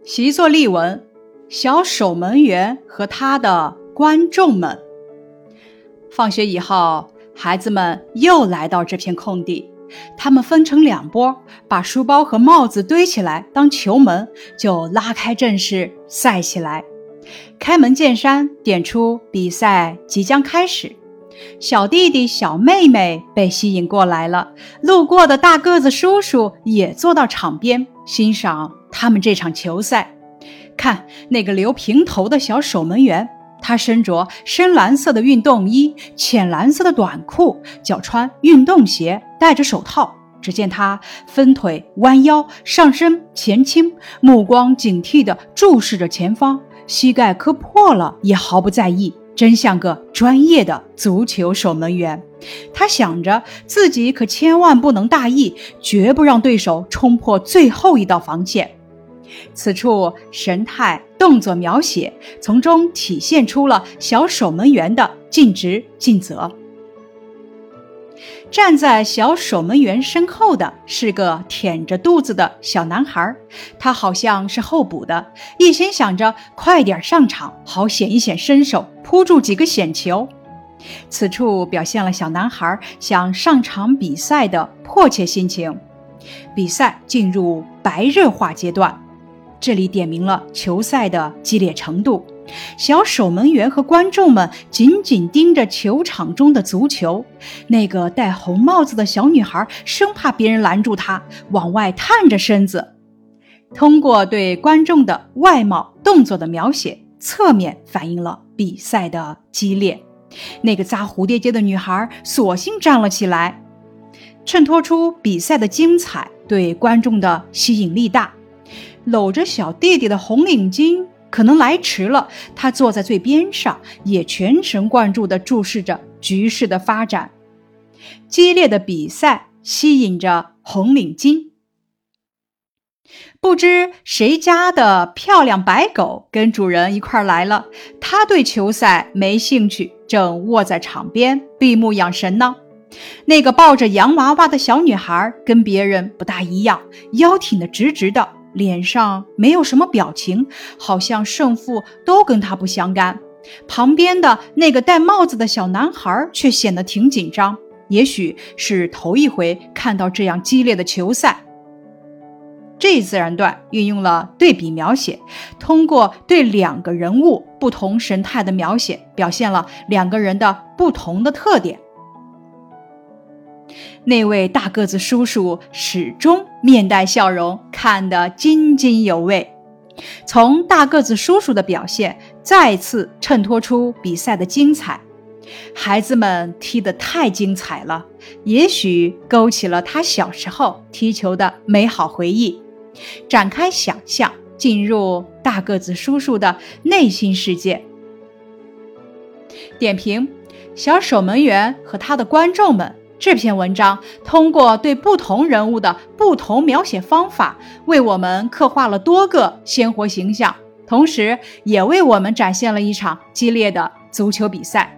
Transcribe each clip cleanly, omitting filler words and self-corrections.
习作例文：小守门员和他的观众们。放学以后，孩子们又来到这片空地，他们分成两拨，把书包和帽子堆起来当球门，就拉开阵势赛起来。开门见山点出比赛即将开始，小弟弟小妹妹被吸引过来了，路过的大个子叔叔也坐到场边欣赏他们这场球赛。看那个留平头的小守门员，他身着深蓝色的运动衣，浅蓝色的短裤，脚穿运动鞋，戴着手套。只见他分腿弯腰，上身前倾，目光警惕地注视着前方，膝盖磕破了也毫不在意，真像个专业的足球守门员。他想着自己可千万不能大意，绝不让对手冲破最后一道防线。此处神态动作描写从中体现出了小守门员的尽职尽责。站在小守门员身后的是个腆着肚子的小男孩，他好像是候补的，一心想着快点上场，好显一显身手，扑住几个险球。此处表现了小男孩想上场比赛的迫切心情。比赛进入白热化阶段，这里点明了球赛的激烈程度。小守门员和观众们紧紧盯着球场中的足球，那个戴红帽子的小女孩生怕别人拦住她，往外探着身子。通过对观众的外貌动作的描写，侧面反映了比赛的激烈。那个扎蝴蝶结的女孩索性站了起来，衬托出比赛的精彩，对观众的吸引力大。搂着小弟弟的红领巾可能来迟了，他坐在最边上，也全神贯注地注视着局势的发展。激烈的比赛吸引着红领巾。不知谁家的漂亮白狗跟主人一块来了，他对球赛没兴趣，正卧在场边闭目养神呢。那个抱着洋娃娃的小女孩跟别人不大一样，腰挺得直直的，脸上没有什么表情，好像胜负都跟他不相干。旁边的那个戴帽子的小男孩却显得挺紧张，也许是头一回看到这样激烈的球赛。这一自然段运用了对比描写，通过对两个人物不同神态的描写，表现了两个人的不同的特点。那位大个子叔叔始终面带笑容，看得津津有味。从大个子叔叔的表现再次衬托出比赛的精彩。孩子们踢得太精彩了，也许勾起了他小时候踢球的美好回忆。展开想象，进入大个子叔叔的内心世界。点评：小守门员和他的观众们。这篇文章通过对不同人物的不同描写方法，为我们刻画了多个鲜活形象，同时也为我们展现了一场激烈的足球比赛。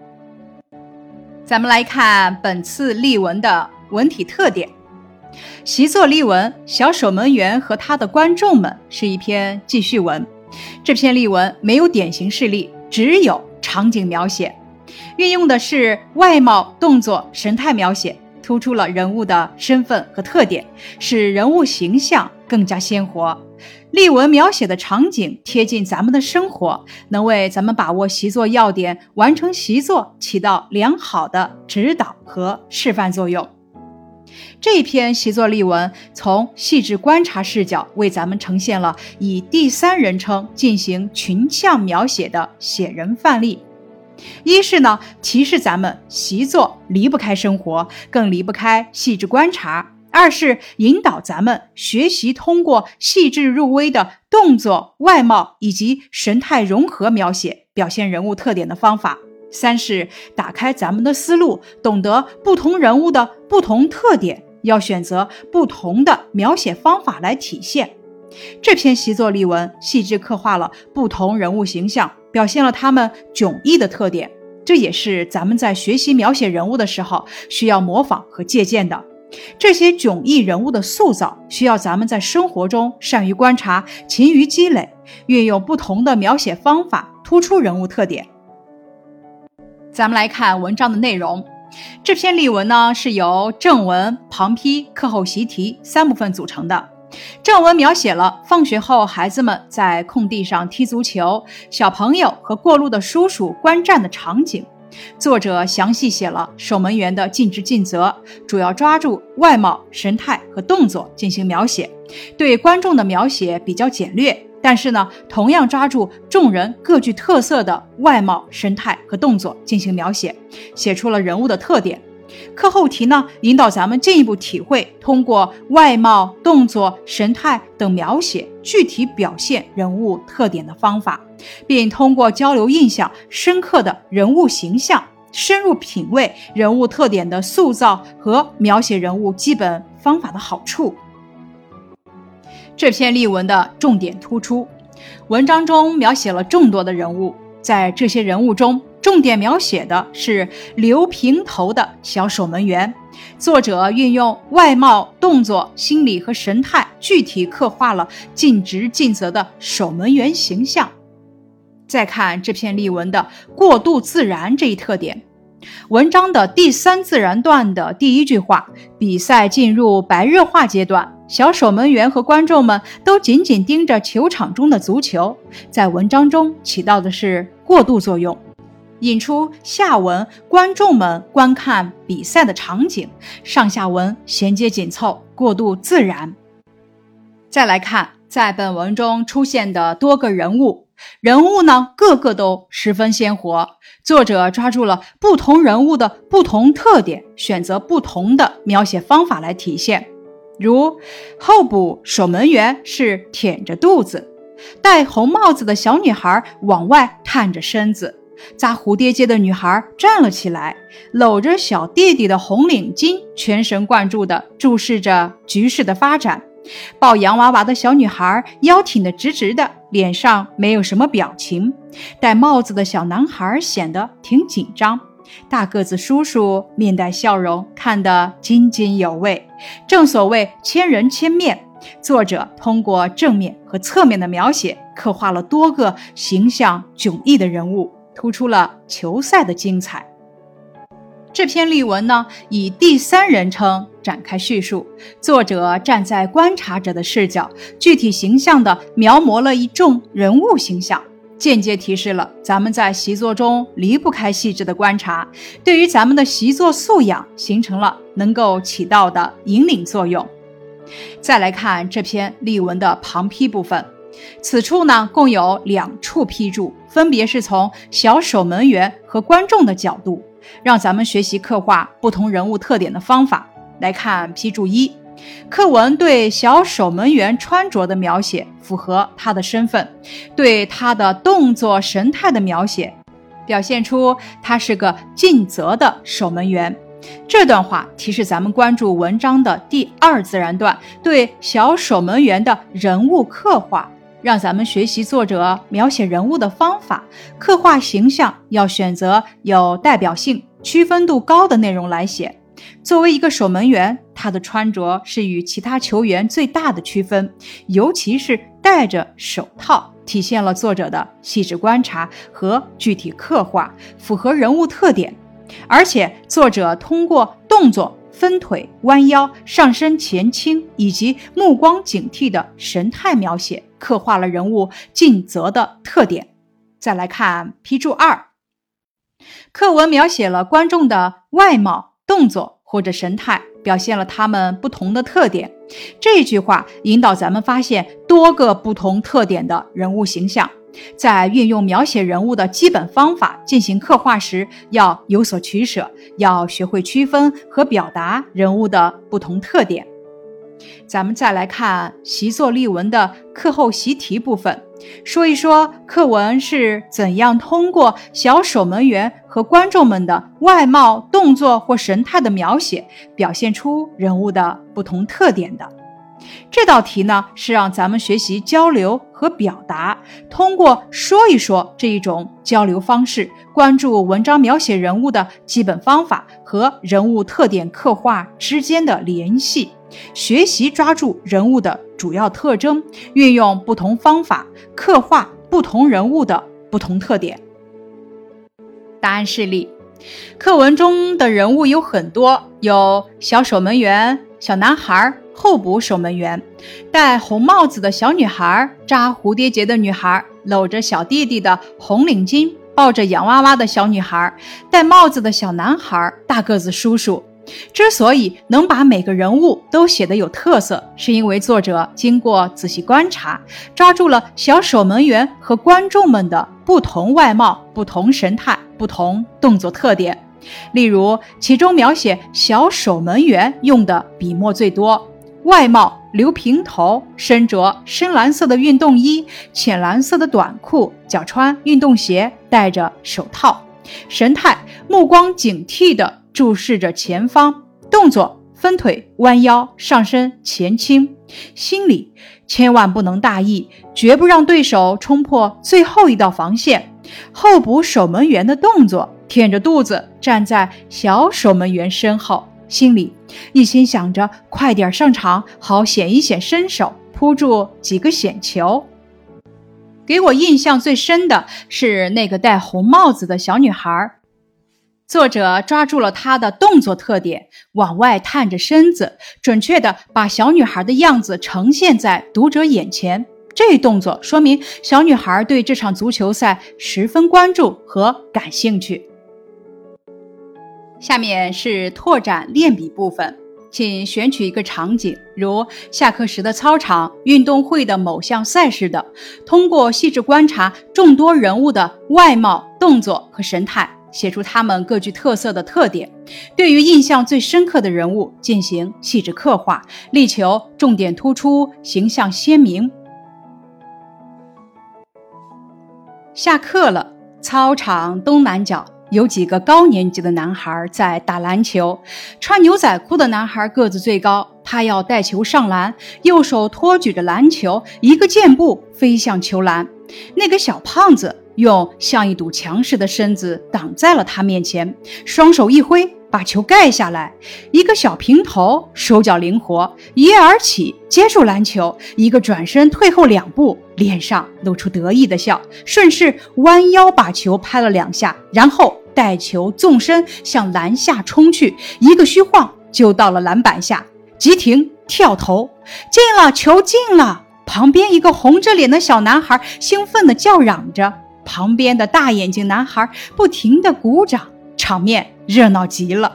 咱们来看本次例文的文体特点。习作例文：小守门员和他的观众们是一篇记叙文。这篇例文没有典型事例，只有场景描写。运用的是外貌、动作、神态描写，突出了人物的身份和特点，使人物形象更加鲜活。例文描写的场景贴近咱们的生活，能为咱们把握习作要点、完成习作起到良好的指导和示范作用。这篇习作例文从细致观察视角为咱们呈现了以第三人称进行群像描写的写人范例。一是呢，提示咱们习作离不开生活，更离不开细致观察；二是引导咱们学习通过细致入微的动作、外貌以及神态融合描写表现人物特点的方法；三是打开咱们的思路，懂得不同人物的不同特点，要选择不同的描写方法来体现。这篇习作例文细致刻画了不同人物形象，表现了他们迥异的特点，这也是咱们在学习描写人物的时候需要模仿和借鉴的。 这些迥异人物的塑造，需要咱们在生活中善于观察，勤于积累，运用不同的描写方法，突出人物特点。咱们来看文章的内容。这篇例文呢，是由正文、旁批、课后习题3部分组成的。正文描写了放学后孩子们在空地上踢足球，小朋友和过路的叔叔观战的场景。作者详细写了守门员的尽职尽责，主要抓住外貌、神态和动作进行描写，对观众的描写比较简略，但是呢，同样抓住众人各具特色的外貌、神态和动作进行描写，写出了人物的特点。课后题呢，引导咱们进一步体会通过外貌、动作、神态等描写具体表现人物特点的方法，并通过交流印象深刻的人物形象，深入品味人物特点的塑造和描写人物基本方法的好处。这篇例文的重点突出，文章中描写了众多的人物，在这些人物中，重点描写的是留平头的小守门员。作者运用外貌、动作、心理和神态，具体刻画了尽职尽责的守门员形象。再看这篇例文的过渡自然这一特点，文章的第3自然段的第1句话，比赛进入白热化阶段，小守门员和观众们都紧紧盯着球场中的足球，在文章中起到的是过渡作用，引出下文观众们观看比赛的场景，上下文衔接紧凑，过渡自然。再来看在本文中出现的多个人物呢，个个都十分鲜活，作者抓住了不同人物的不同特点，选择不同的描写方法来体现。如候补守门员是腆着肚子，戴红帽子的小女孩往外探着身子，扎蝴蝶结的女孩站了起来，搂着小弟弟的红领巾全神贯注地注视着局势的发展，抱洋娃娃的小女孩腰挺得直直的，脸上没有什么表情，戴帽子的小男孩显得挺紧张，大个子叔叔面带笑容，看得津津有味。正所谓千人千面，作者通过正面和侧面的描写，刻画了多个形象迥异的人物，突出了球赛的精彩。这篇例文呢，以第3人称展开叙述，作者站在观察者的视角，具体形象地描摹了一众人物形象，间接提示了咱们在习作中离不开细致的观察，对于咱们的习作素养形成了能够起到的引领作用。再来看这篇例文的旁批部分，此处呢共有2处批注，分别是从小守门员和观众的角度，让咱们学习刻画不同人物特点的方法。来看批注1，课文对小守门员穿着的描写符合他的身份，对他的动作神态的描写表现出他是个尽责的守门员。这段话提示咱们关注文章的第2自然段对小守门员的人物刻画，让咱们学习作者描写人物的方法，刻画形象要选择有代表性、区分度高的内容来写。作为一个守门员，他的穿着是与其他球员最大的区分，尤其是戴着手套，体现了作者的细致观察和具体刻画，符合人物特点。而且作者通过动作、分腿、弯腰、上身前倾以及目光警惕的神态描写，刻画了人物尽责的特点。再来看批注2，课文描写了观众的外貌、动作或者神态，表现了他们不同的特点。这句话引导咱们发现多个不同特点的人物形象，在运用描写人物的基本方法进行刻画时，要有所取舍，要学会区分和表达人物的不同特点。咱们再来看习作例文的课后习题部分，说一说课文是怎样通过小守门员和观众们的外貌、动作或神态的描写，表现出人物的不同特点的。 这道题呢，是让咱们学习交流和表达，通过说一说这一种交流方式，关注文章描写人物的基本方法和人物特点刻画之间的联系，学习抓住人物的主要特征，运用不同方法刻画不同人物的不同特点。答案示例，课文中的人物有很多，有小守门员、小男孩、候补守门员，戴红帽子的小女孩，扎蝴蝶结的女孩，搂着小弟弟的红领巾，抱着洋娃娃的小女孩，戴帽子的小男孩，大个子叔叔。之所以能把每个人物都写得有特色，是因为作者经过仔细观察，抓住了小守门员和观众们的不同外貌、不同神态、不同动作特点。例如，其中描写小守门员用的笔墨最多，外貌留平头，身着深蓝色的运动衣，浅蓝色的短裤，脚穿运动鞋，戴着手套。神态目光警惕地注视着前方，动作分腿弯腰，上身前倾。心里千万不能大意，绝不让对手冲破最后一道防线。候补守门员的动作，舔着肚子站在小守门员身后，心里一心想着快点上场，好显一显身手，扑住几个险球。给我印象最深的是那个戴红帽子的小女孩，作者抓住了她的动作特点，往外探着身子，准确地把小女孩的样子呈现在读者眼前。这一动作说明小女孩对这场足球赛十分关注和感兴趣。下面是拓展练笔部分，请选取一个场景，如下课时的操场、运动会的某项赛事等，通过细致观察众多人物的外貌、动作和神态，写出他们各具特色的特点，对于印象最深刻的人物进行细致刻画，力求重点突出，形象鲜明。下课了，操场东南角有几个高年级的男孩在打篮球，穿牛仔裤的男孩个子最高，他要带球上篮，右手托举着篮球，一个箭步飞向球篮。那个小胖子用像一堵墙似的身子挡在了他面前，双手一挥，把球盖下来。一个小平头手脚灵活，一跃而起接住篮球，一个转身退后2步，脸上露出得意的笑，顺势弯腰把球拍了2下，然后带球纵身向篮下冲去，一个虚晃就到了篮板下，急停跳投，进了，球进了。旁边一个红着脸的小男孩兴奋地叫嚷着，旁边的大眼睛男孩不停地鼓掌，场面热闹极了。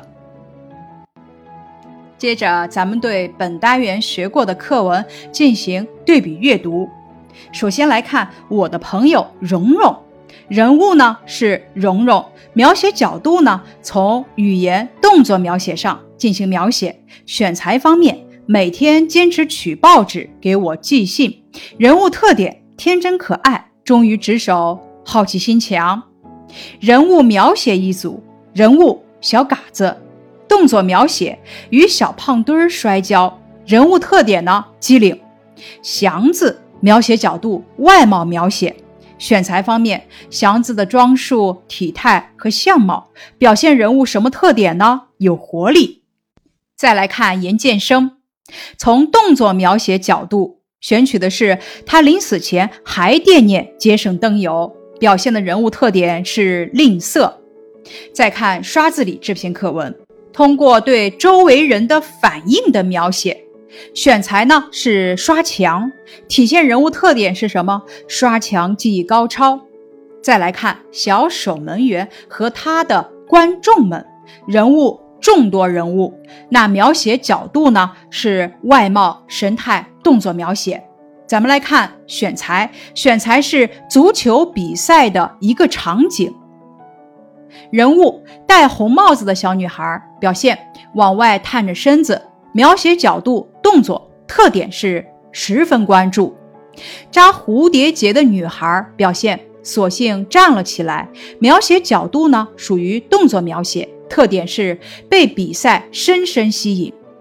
接着咱们对本单元学过的课文进行对比阅读。首先来看我的朋友蓉蓉，人物呢是蓉蓉，描写角度呢从语言动作描写上进行描写。选材方面，每天坚持取报纸给我寄信。人物特点，天真可爱，忠于职守，好奇心强。人物描写一组，人物小嘎子，动作描写与小胖墩儿摔跤，人物特点呢机灵。祥子描写角度，外貌描写。选材方面，祥子的装束、体态和相貌表现人物什么特点呢？有活力。再来看严建生，从动作描写角度选取的是他临死前还惦念节省灯油，表现的人物特点是吝啬。再看刷字里这篇课文，通过对周围人的反应的描写，选材呢是刷墙，体现人物特点是什么？刷墙技艺高超。再来看小守门员和他的观众们，人物众多人物，那描写角度呢是外貌、神态、动作描写。咱们来看选材，选材是足球比赛的一个场景。人物戴红帽子的小女孩，表现往外探着身子，描写角度、动作，特点是十分关注。扎蝴蝶结的女孩，表现索性站了起来，描写角度呢属于动作描写，特点是被比赛深深吸引。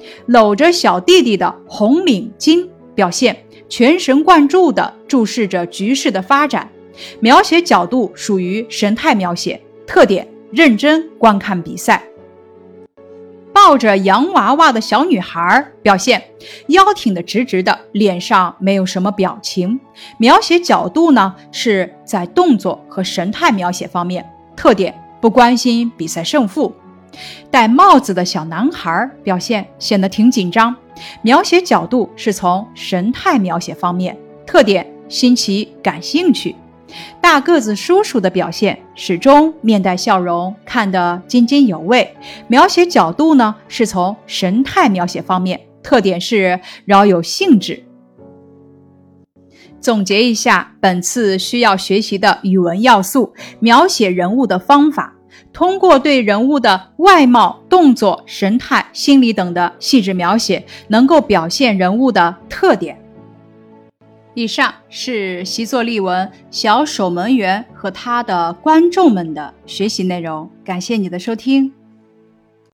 搂着小弟弟的红领巾，表现全神贯注地注视着局势的发展，描写角度属于神态描写，特点认真观看比赛。抱着洋娃娃的小女孩，表现腰挺得直直的，脸上没有什么表情，描写角度呢是在动作和神态描写方面，特点不关心比赛胜负。戴帽子的小男孩，表现显得挺紧张，描写角度是从神态描写方面，特点新奇感兴趣。大个子叔叔的表现始终面带笑容，看得津津有味，描写角度呢是从神态描写方面，特点是饶有兴致。总结一下本次需要学习的语文要素，描写人物的方法，通过对人物的外貌、动作、神态、心理等的细致描写，能够表现人物的特点。以上是习作例文小守门员和他的观众们的学习内容，感谢你的收听。